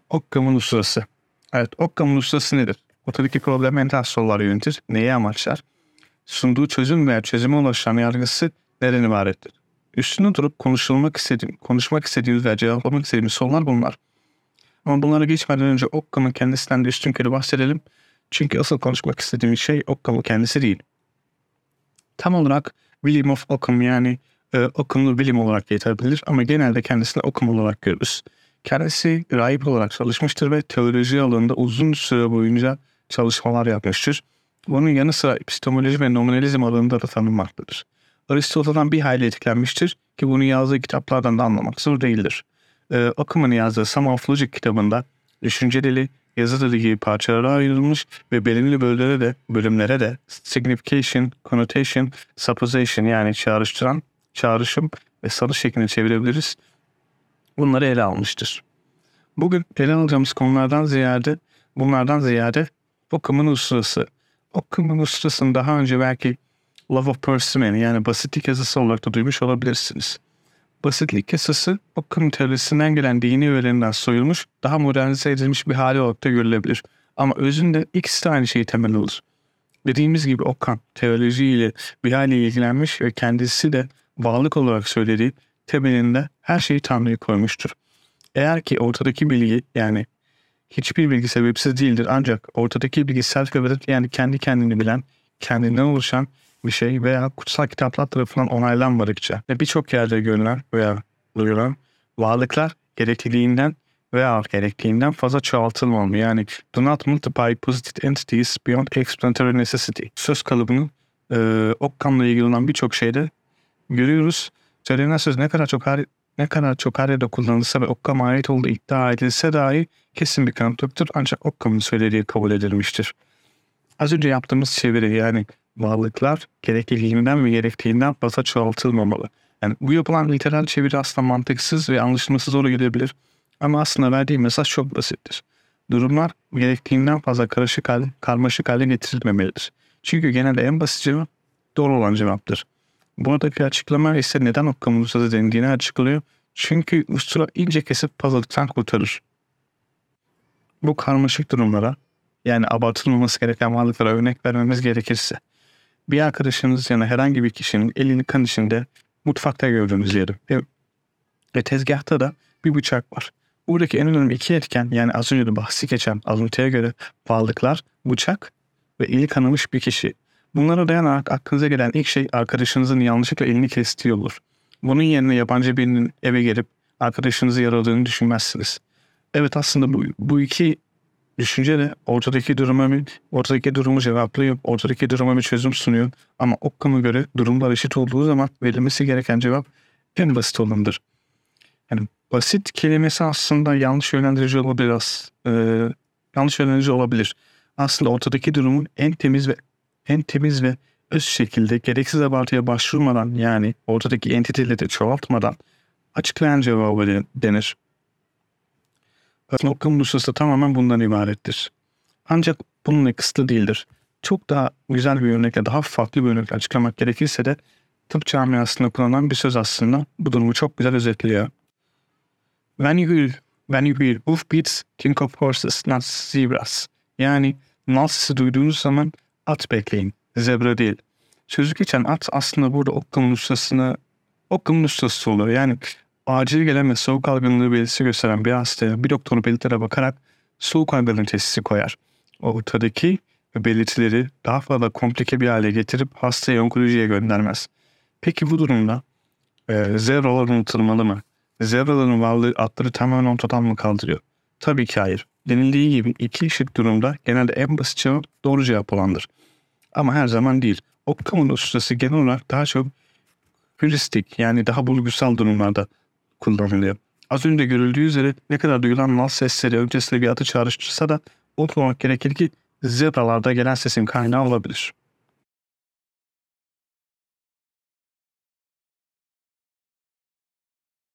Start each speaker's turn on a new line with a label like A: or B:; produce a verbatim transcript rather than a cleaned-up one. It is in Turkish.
A: Occam'ın usturası. Evet, Occam'ın usturası nedir? Ortadaki problem mental sorular yönetir. Neyi amaçlar? Sunduğu çözüm veya çözüme ulaşan yargısı neden ibarettir? Üstüne durup konuşulmak istediğim, konuşmak istediğimiz veya cevaplamak istediğimiz sorular bunlar. Ama bunlara geçmeden önce Occam'ın kendisinden de üstünkörü bahsedelim. Çünkü asıl konuşmak istediğim şey Occam'ın kendisi değil. Tam olarak William of Occam, yani e, Occam'lı William olarak geçebilir ama genelde kendisini Occam olarak görürüz. Kendisi rahip olarak çalışmıştır ve teoloji alanında uzun süre boyunca çalışmalar yapmıştır. Bunun yanı sıra epistemoloji ve nominalizm alanında da tanınmaktadır. Aristoteles'dan bir hayli etkilenmiştir ki bunu yazdığı kitaplardan da anlamak zor değildir. Ee, Occam'ın yazdığı Sum of Logic kitabında düşünce dili, yazı dili gibi parçalara ayrılmış ve belirli bölümlere de, bölümlere de signification, connotation, supposition, yani çağrıştıran, çağrışım ve sanı şeklinde çevirebiliriz. Bunları ele almıştır. Bugün ele alacağımız konulardan ziyade, bunlardan ziyade Occam'ın usturası. Occam'ın usturasını daha önce belki Love of Parsimony, yani basitlik yasası olarak da duymuş olabilirsiniz. Basitlik yasası Occam teorisinden gelen dini öğelerinden soyulmuş, daha modernize edilmiş bir hali olarak da görülebilir. Ama özünde ikisi de aynı şeyi temel alır. Dediğimiz gibi Occam teolojiyle bir hali ilgilenmiş ve kendisi de varlık olarak söylediği temelinde her şeyi Tanrı'ya koymuştur. Eğer ki ortadaki bilgi, yani hiçbir bilgi sebepsiz değildir, ancak ortadaki bilgi self-evident, yani kendi kendini bilen, kendinden oluşan bir şey veya kutsal kitaplar tarafından onaylanmadıkça ve birçok yerde görülen veya duyulan varlıklar gerekliliğinden veya gerektiğinden fazla çoğaltılmamalı. Yani do not multiply positive entities beyond explanatory necessity. Söz kalıbını e, Occam'la ilgili olan birçok şeyde görüyoruz. Söylenen söz ne kadar çok her, ne kadar çok her yerde kullanılsa ve Occam'a ait olduğu iddia edilse dahi kesin bir kanıt yoktur. Ancak Occam'ın söylediği kabul edilmiştir. Az önce yaptığımız çeviri, yani varlıklar gerekliliğinden ve gerektiğinden fazla çoğaltılmamalı. Yani bu yapılan literal çeviri aslında mantıksız ve anlaşılması zor gelebilir. Ama aslında verdiği mesaj çok basittir. Durumlar gerektiğinden fazla karışık hale, karmaşık hale getirilmemelidir. Çünkü genelde en basit cevap doğru olan cevaptır. Buradaki açıklama ise neden Occam'ın usturası dendiğini açıklıyor. Çünkü ustura ince kesip puzzle'dan kurtarır. Bu karmaşık durumlara, yani abartılmaması gereken varlıklara örnek vermemiz gerekirse, bir arkadaşınız ya da herhangi bir kişinin elini kan içinde mutfakta gördüğünüz diyelim. Ve, ve tezgahta da bir bıçak var. Buradaki en önemli iki etken, yani az önce de bahsi geçen azıntıya göre varlıklar, bıçak ve eli kanamış bir kişi. Bunlara dayanarak aklınıza gelen ilk şey arkadaşınızın yanlışlıkla elini kestiği olur. Bunun yerine yabancı birinin eve gelip arkadaşınızı yaraladığını düşünmezsiniz. Evet, aslında bu, bu iki düşünce de ortadaki durumu, ortadaki durumu cevaplıyor, ortadaki duruma bir çözüm sunuyor. Ama Occam'a göre durumlar eşit olduğu zaman verilmesi gereken cevap en basit olanıdır. Yani basit kelimesi aslında yanlış yönlendirici olabilir. Ee, yanlış yönlendirici olabilir. Aslında ortadaki durumun en temiz ve en temiz ve öz şekilde gereksiz abartıya başvurmadan, yani ortadaki entiteleri çoğaltmadan açıklayan cevabı denir. Occam'ın usturası tamamen bundan ibarettir. Ancak bununla kısıtlı değildir. Çok daha güzel bir örnekle, daha farklı bir örnekle açıklamak gerekirse de tıp camiasında kullanılan bir söz aslında bu durumu çok güzel özetliyor. When you hear, when you hear hoofbeats, think of horses, not zebras. Yani nal sesi duyduğunuz zaman at bekleyin, zebra değil. Sözü geçen at aslında burada Occam'ın usturasını, Occam'ın usturası oluyor. Yani acil gelen ve soğuk algınlığı belirtisi gösteren bir hastaya bir doktorun belirtilere bakarak soğuk algınlığı teşhisi koyar. Ortadaki belirtileri daha fazla komplike bir hale getirip hastayı onkolojiye göndermez. Peki bu durumda e, zebralar unutulmalı mı? Zebraların varlığı atları tamamen ortadan mı kaldırıyor? Tabii ki hayır. Denildiği gibi iki eşit durumda genelde en basit cevap doğru cevap olandır. Ama her zaman değil. Occam'ın usturası genel olarak daha çok heuristik, yani daha bulgusal durumlarda kullanılıyor. Az önce görüldüğü üzere ne kadar duyulan nal sesleri öncesinde bir atı çağrıştırsa da unutmamak gerekir ki zebralarda gelen sesin kaynağı olabilir.